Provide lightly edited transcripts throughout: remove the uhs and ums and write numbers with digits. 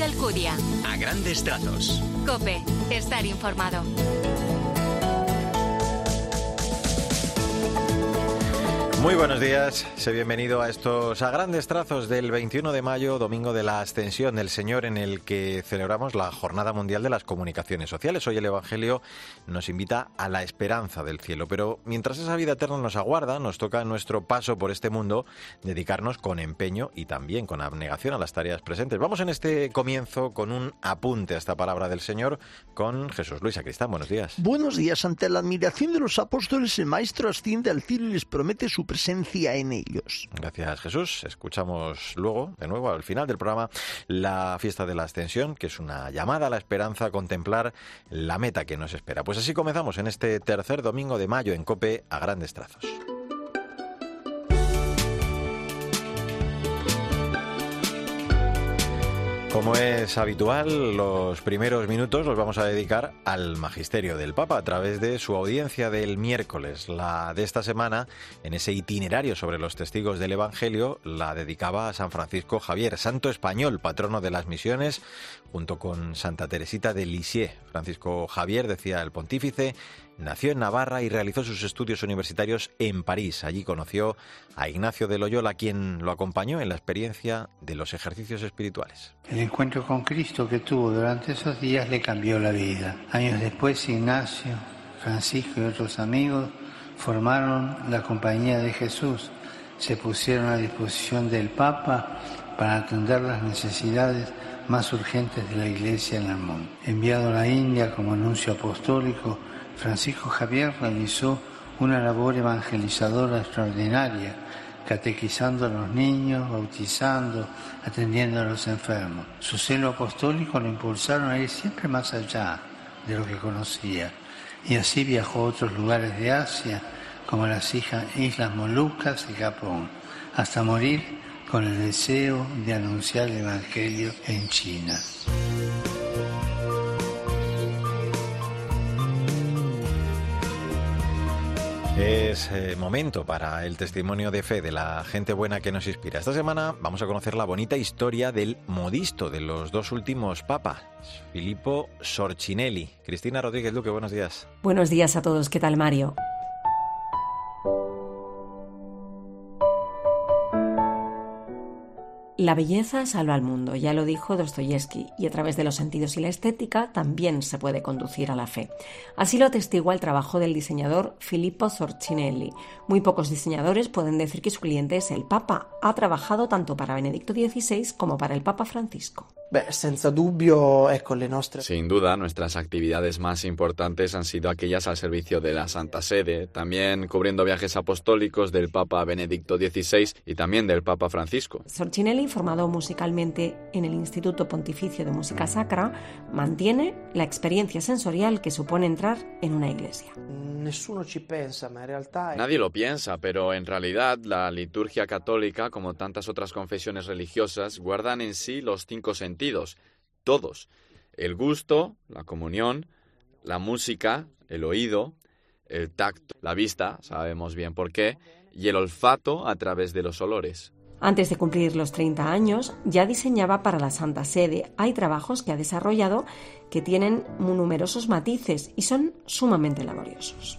Mario Alcudia. A grandes trazos. COPE. Estar informado. Muy buenos días, sé bienvenido a estos a grandes trazos del 21 de mayo, domingo de la Ascensión del Señor, en el que celebramos la Jornada Mundial de las Comunicaciones Sociales. Hoy el Evangelio nos invita a la esperanza del cielo, pero mientras esa vida eterna nos aguarda, nos toca en nuestro paso por este mundo dedicarnos con empeño y también con abnegación a las tareas presentes. Vamos en este comienzo con un apunte a esta palabra del Señor con Jesús Luis Sacristán. Buenos días. Buenos días. Ante la admiración de los apóstoles, el Maestro asciende al cielo y les promete su presencia en ellos. Gracias, Jesús. Escuchamos luego, de nuevo, al final del programa, la fiesta de la Ascensión, que es una llamada a la esperanza, a contemplar la meta que nos espera. Pues así comenzamos en este tercer domingo de mayo en COPE a grandes trazos. Como es habitual, los primeros minutos los vamos a dedicar al magisterio del Papa a través de su audiencia del miércoles. La de esta semana, en ese itinerario sobre los testigos del Evangelio, la dedicaba a San Francisco Javier, santo español, patrono de las misiones, junto con Santa Teresita de Lisieux. Francisco Javier, decía el pontífice, nació en Navarra y realizó sus estudios universitarios en París. Allí conoció a Ignacio de Loyola, quien lo acompañó en la experiencia de los ejercicios espirituales. El encuentro con Cristo que tuvo durante esos días le cambió la vida. Años después, Ignacio, Francisco y otros amigos formaron la Compañía de Jesús. Se pusieron a disposición del Papa para atender las necesidades más urgentes de la Iglesia en el mundo. Enviado a la India como nuncio apostólico, Francisco Javier realizó una labor evangelizadora extraordinaria, catequizando a los niños, bautizando, atendiendo a los enfermos. Su celo apostólico lo impulsaron a ir siempre más allá de lo que conocía, y así viajó a otros lugares de Asia, como las Islas Molucas y Japón, hasta morir con el deseo de anunciar el Evangelio en China. Es momento para el testimonio de fe de la gente buena que nos inspira. Esta semana vamos a conocer la bonita historia del modisto de los dos últimos papas, Filippo Sorcinelli. Cristina Rodríguez Luque, buenos días. Buenos días a todos, ¿qué tal, Mario? La belleza salva al mundo, ya lo dijo Dostoyevsky, y a través de los sentidos y la estética también se puede conducir a la fe. Así lo atestigua el trabajo del diseñador Filippo Sorcinelli. Muy pocos diseñadores pueden decir que su cliente es el Papa. Ha trabajado tanto para Benedicto XVI como para el Papa Francisco. Sin duda, nuestras actividades más importantes han sido aquellas al servicio de la Santa Sede, también cubriendo viajes apostólicos del Papa Benedicto XVI y también del Papa Francisco. Sorcinelli, formado musicalmente en el Instituto Pontificio de Música Sacra, mantiene la experiencia sensorial que supone entrar en una iglesia. Nadie lo piensa, pero en realidad la liturgia católica, como tantas otras confesiones religiosas, guardan en sí los 5 sentidos, todos: el gusto, la comunión, la música, el oído, el tacto, la vista, sabemos bien por qué, y el olfato a través de los olores. Antes de cumplir los 30 años, ya diseñaba para la Santa Sede. Hay trabajos que ha desarrollado que tienen numerosos matices y son sumamente laboriosos.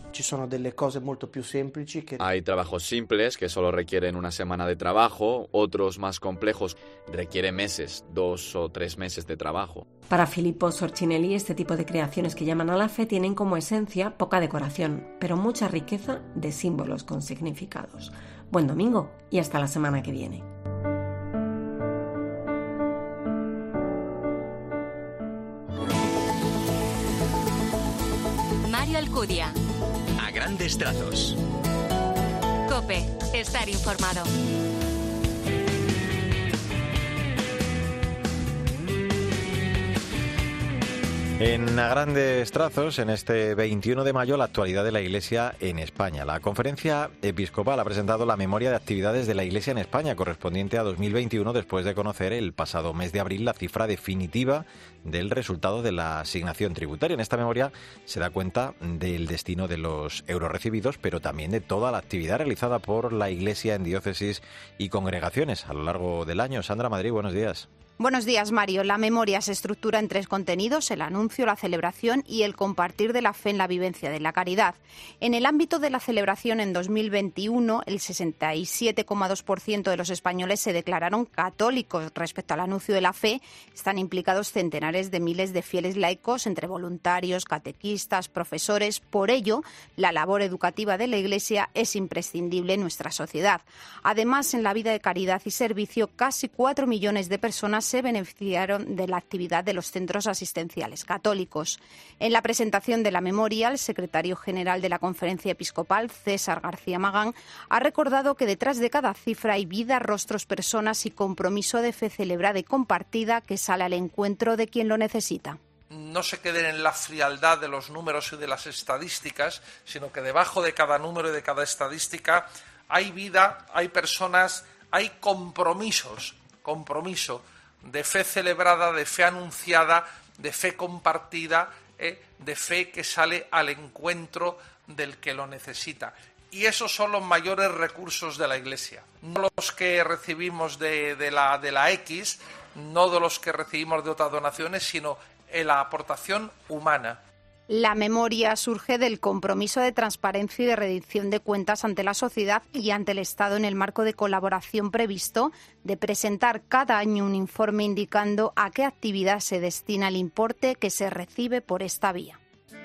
Hay trabajos simples que solo requieren una semana de trabajo, otros más complejos requieren meses, 2 o 3 meses de trabajo. Para Filippo Sorcinelli, este tipo de creaciones que llaman a la fe tienen como esencia poca decoración, pero mucha riqueza de símbolos con significados. Buen domingo y hasta la semana que viene. Mario Alcudia. A grandes trazos. COPE. Estar informado. En A grandes trazos, en este 21 de mayo, la actualidad de la Iglesia en España. La Conferencia Episcopal ha presentado la memoria de actividades de la Iglesia en España, correspondiente a 2021, después de conocer el pasado mes de abril la cifra definitiva del resultado de la asignación tributaria. En esta memoria se da cuenta del destino de los euros recibidos, pero también de toda la actividad realizada por la Iglesia en diócesis y congregaciones a lo largo del año. Sandra Madrid, buenos días. Buenos días, Mario. La memoria se estructura en 3 contenidos: el anuncio, la celebración y el compartir de la fe en la vivencia de la caridad. En el ámbito de la celebración, en 2021, el 67,2% de los españoles se declararon católicos. Respecto al anuncio de la fe, están implicados centenares de miles de fieles laicos, entre voluntarios, catequistas, profesores. Por ello, la labor educativa de la Iglesia es imprescindible en nuestra sociedad. Además, en la vida de caridad y servicio, casi 4 millones de personas se beneficiaron de la actividad de los centros asistenciales católicos. En la presentación de la memoria, el secretario general de la Conferencia Episcopal, César García Magán, ha recordado que detrás de cada cifra hay vida, rostros, personas y compromiso de fe celebrada y compartida que sale al encuentro de quien lo necesita. No se queden en la frialdad de los números y de las estadísticas, sino que debajo de cada número y de cada estadística hay vida, hay personas, hay compromiso de fe celebrada, de fe anunciada, de fe compartida, de fe que sale al encuentro del que lo necesita. Y esos son los mayores recursos de la Iglesia. No los que recibimos de la X, no de los que recibimos de otras donaciones, sino en la aportación humana. La memoria surge del compromiso de transparencia y de rendición de cuentas ante la sociedad y ante el Estado en el marco de colaboración previsto de presentar cada año un informe indicando a qué actividad se destina el importe que se recibe por esta vía.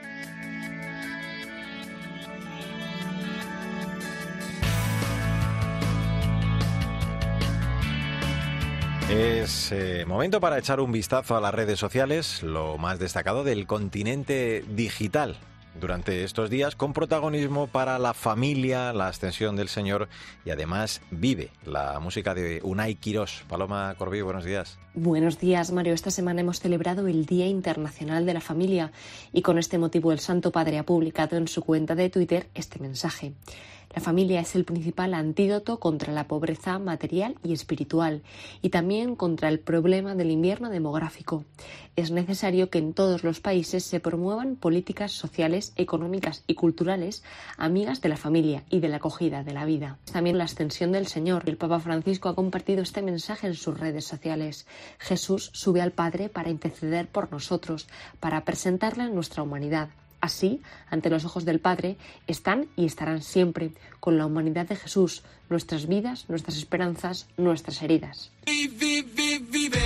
Es momento para echar un vistazo a las redes sociales, lo más destacado del continente digital durante estos días, con protagonismo para la familia, la Ascensión del Señor y además Vive, la música de Unai Quirós. Paloma Corbí, buenos días. Buenos días, Mario. Esta semana hemos celebrado el Día Internacional de la Familia y con este motivo el Santo Padre ha publicado en su cuenta de Twitter este mensaje. La familia es el principal antídoto contra la pobreza material y espiritual y también contra el problema del invierno demográfico. Es necesario que en todos los países se promuevan políticas sociales, económicas y culturales amigas de la familia y de la acogida de la vida. También la Ascensión del Señor. El Papa Francisco ha compartido este mensaje en sus redes sociales. Jesús sube al Padre para interceder por nosotros, para presentarle nuestra humanidad. Así, ante los ojos del Padre, están y estarán siempre, con la humanidad de Jesús, nuestras vidas, nuestras esperanzas, nuestras heridas. Vive, vive, vive.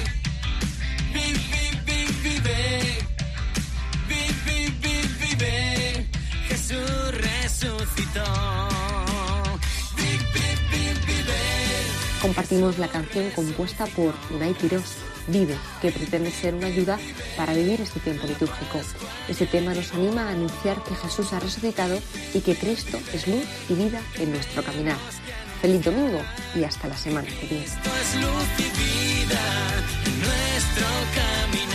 Vive, vive, vive. Jesús resucitó. Vive, vive, vive. Compartimos la canción compuesta por Unai Quirós, Vive, que pretende ser una ayuda para vivir este tiempo litúrgico. Este tema nos anima a anunciar que Jesús ha resucitado y que Cristo es luz y vida en nuestro caminar. Feliz domingo y hasta la semana que viene. Cristo es luz y vida en nuestro caminar.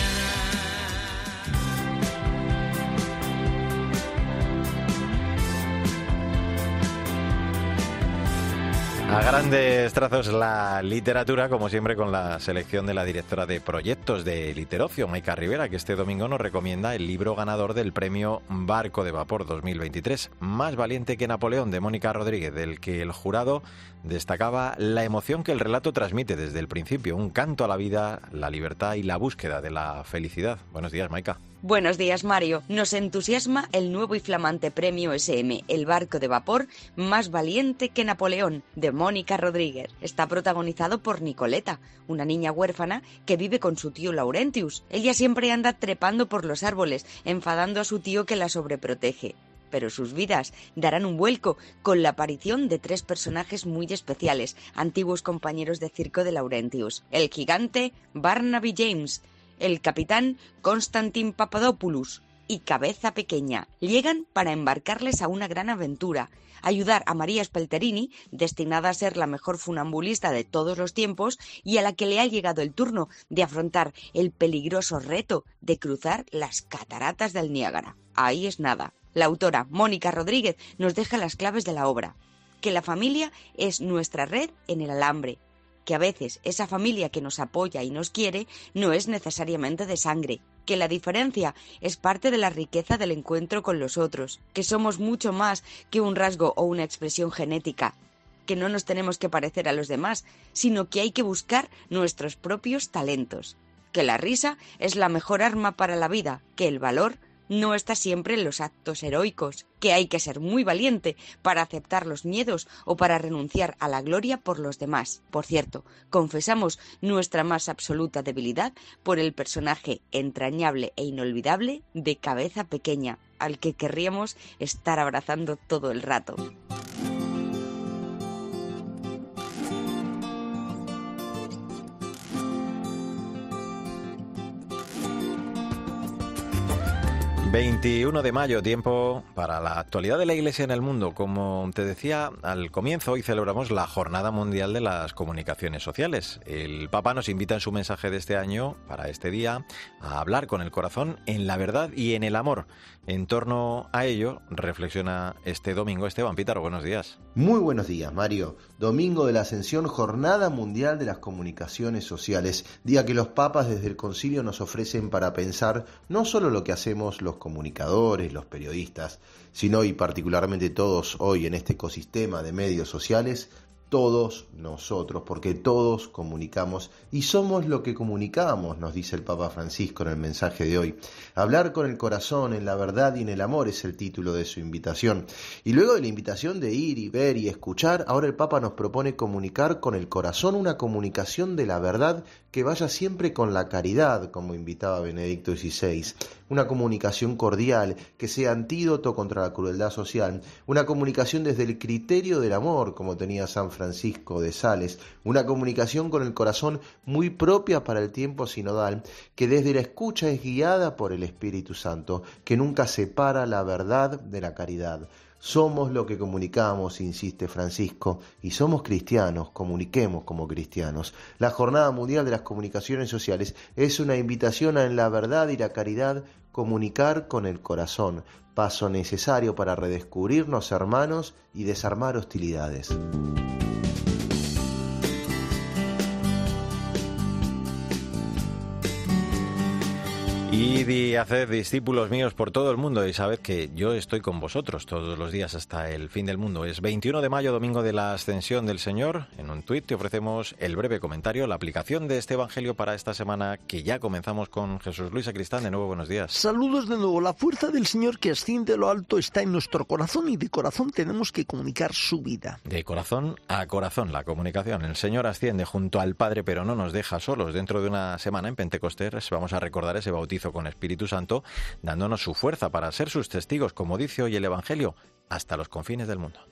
A grandes trazos la literatura, como siempre, con la selección de la directora de proyectos de Literocio, Maika Rivera, que este domingo nos recomienda el libro ganador del premio Barco de Vapor 2023, Más valiente que Napoleón, de Mónica Rodríguez, del que el jurado destacaba la emoción que el relato transmite desde el principio, un canto a la vida, la libertad y la búsqueda de la felicidad. Buenos días, Maika. Buenos días, Mario. Nos entusiasma el nuevo y flamante premio SM, el barco de vapor Más valiente que Napoleón, de Mónica Rodríguez. Está protagonizado por Nicoleta, una niña huérfana que vive con su tío Laurentius. Ella siempre anda trepando por los árboles, enfadando a su tío que la sobreprotege. Pero sus vidas darán un vuelco con la aparición de 3 personajes muy especiales, antiguos compañeros de circo de Laurentius. El gigante Barnaby James, el capitán Konstantin Papadopoulos y Cabeza Pequeña. Llegan para embarcarles a una gran aventura, ayudar a María Spelterini, destinada a ser la mejor funambulista de todos los tiempos y a la que le ha llegado el turno de afrontar el peligroso reto de cruzar las cataratas del Niágara. Ahí es nada. La autora, Mónica Rodríguez, nos deja las claves de la obra. Que la familia es nuestra red en el alambre. Que a veces esa familia que nos apoya y nos quiere no es necesariamente de sangre, que la diferencia es parte de la riqueza del encuentro con los otros, que somos mucho más que un rasgo o una expresión genética, que no nos tenemos que parecer a los demás, sino que hay que buscar nuestros propios talentos, que la risa es la mejor arma para la vida, que el valor no está siempre en los actos heroicos, que hay que ser muy valiente para aceptar los miedos o para renunciar a la gloria por los demás. Por cierto, confesamos nuestra más absoluta debilidad por el personaje entrañable e inolvidable de Cabeza Pequeña, al que querríamos estar abrazando todo el rato. ...21 de mayo, tiempo para la actualidad de la Iglesia en el mundo. Como te decía al comienzo, hoy celebramos la Jornada Mundial de las Comunicaciones Sociales. El Papa nos invita en su mensaje de este año, para este día, a hablar con el corazón en la verdad y en el amor. En torno a ello, reflexiona este domingo Esteban Pítaro. Buenos días. Muy buenos días, Mario. Domingo de la Ascensión, Jornada Mundial de las Comunicaciones Sociales, día que los papas desde el concilio nos ofrecen para pensar no solo lo que hacemos los comunicadores, los periodistas, sino y particularmente todos hoy en este ecosistema de medios sociales, todos nosotros, porque todos comunicamos y somos lo que comunicamos, nos dice el Papa Francisco en el mensaje de hoy. Hablar con el corazón, en la verdad y en el amor es el título de su invitación. Y luego de la invitación de ir y ver y escuchar, ahora el Papa nos propone comunicar con el corazón, una comunicación de la verdad que vaya siempre con la caridad, como invitaba Benedicto XVI. Una comunicación cordial, que sea antídoto contra la crueldad social. Una comunicación desde el criterio del amor, como tenía San Francisco de Sales. Una comunicación con el corazón muy propia para el tiempo sinodal, que desde la escucha es guiada por el Espíritu Santo, que nunca separa la verdad de la caridad. Somos lo que comunicamos, insiste Francisco, y somos cristianos, comuniquemos como cristianos. La Jornada Mundial de las Comunicaciones Sociales es una invitación a, en la verdad y la caridad, comunicar con el corazón, paso necesario para redescubrirnos hermanos y desarmar hostilidades. Id y haced discípulos míos por todo el mundo y sabed que yo estoy con vosotros todos los días hasta el fin del mundo. Es 21 de mayo, domingo de la Ascensión del Señor. En un tuit te ofrecemos el breve comentario, la aplicación de este Evangelio para esta semana que ya comenzamos con Jesús Luis Sacristán. De nuevo, buenos días. Saludos de nuevo. La fuerza del Señor que asciende a lo alto está en nuestro corazón y de corazón tenemos que comunicar su vida. De corazón a corazón, la comunicación. El Señor asciende junto al Padre, pero no nos deja solos. Dentro de una semana en Pentecostés vamos a recordar ese bautizo con Espíritu Santo, dándonos su fuerza para ser sus testigos, como dice hoy el Evangelio, hasta los confines del mundo.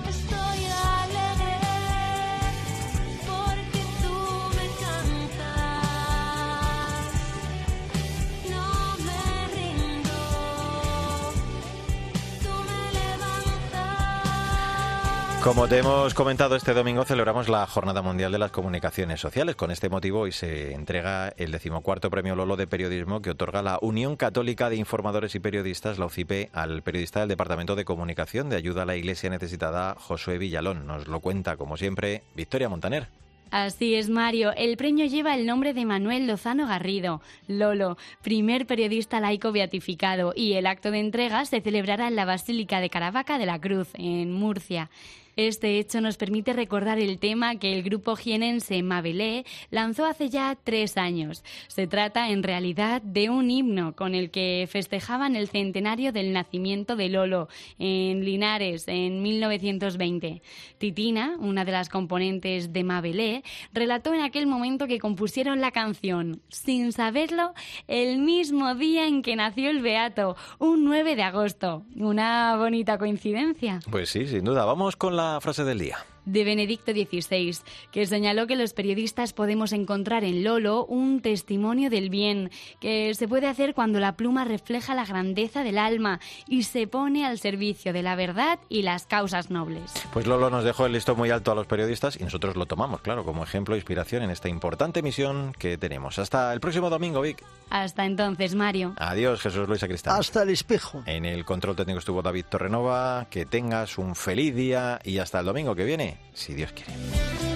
Como te hemos comentado, este domingo celebramos la Jornada Mundial de las Comunicaciones Sociales. Con este motivo hoy se entrega el 14º Premio Lolo de Periodismo que otorga la Unión Católica de Informadores y Periodistas, la UCIPE, al periodista del Departamento de Comunicación de Ayuda a la Iglesia Necesitada, Josué Villalón. Nos lo cuenta, como siempre, Victoria Montaner. Así es, Mario. El premio lleva el nombre de Manuel Lozano Garrido, Lolo, primer periodista laico beatificado, y el acto de entrega se celebrará en la Basílica de Caravaca de la Cruz, en Murcia. Este hecho nos permite recordar el tema que el grupo jienense Mabelé lanzó hace ya 3 años. Se trata, en realidad, de un himno con el que festejaban el centenario del nacimiento de Lolo en Linares en 1920. Titina, una de las componentes de Mabelé, relató en aquel momento que compusieron la canción, sin saberlo, el mismo día en que nació el beato, un 9 de agosto. Una bonita coincidencia. Pues sí, sin duda. Vamos con la frase del día. De Benedicto XVI, que señaló que los periodistas podemos encontrar en Lolo un testimonio del bien, que se puede hacer cuando la pluma refleja la grandeza del alma y se pone al servicio de la verdad y las causas nobles. Pues Lolo nos dejó el listón muy alto a los periodistas y nosotros lo tomamos, claro, como ejemplo e inspiración en esta importante misión que tenemos. Hasta el próximo domingo, Vic. Hasta entonces, Mario. Adiós, Jesús Luis Sacristán. Hasta el espejo. En el control técnico estuvo David Torrenova. Que tengas un feliz día y hasta el domingo que viene, si Dios quiere.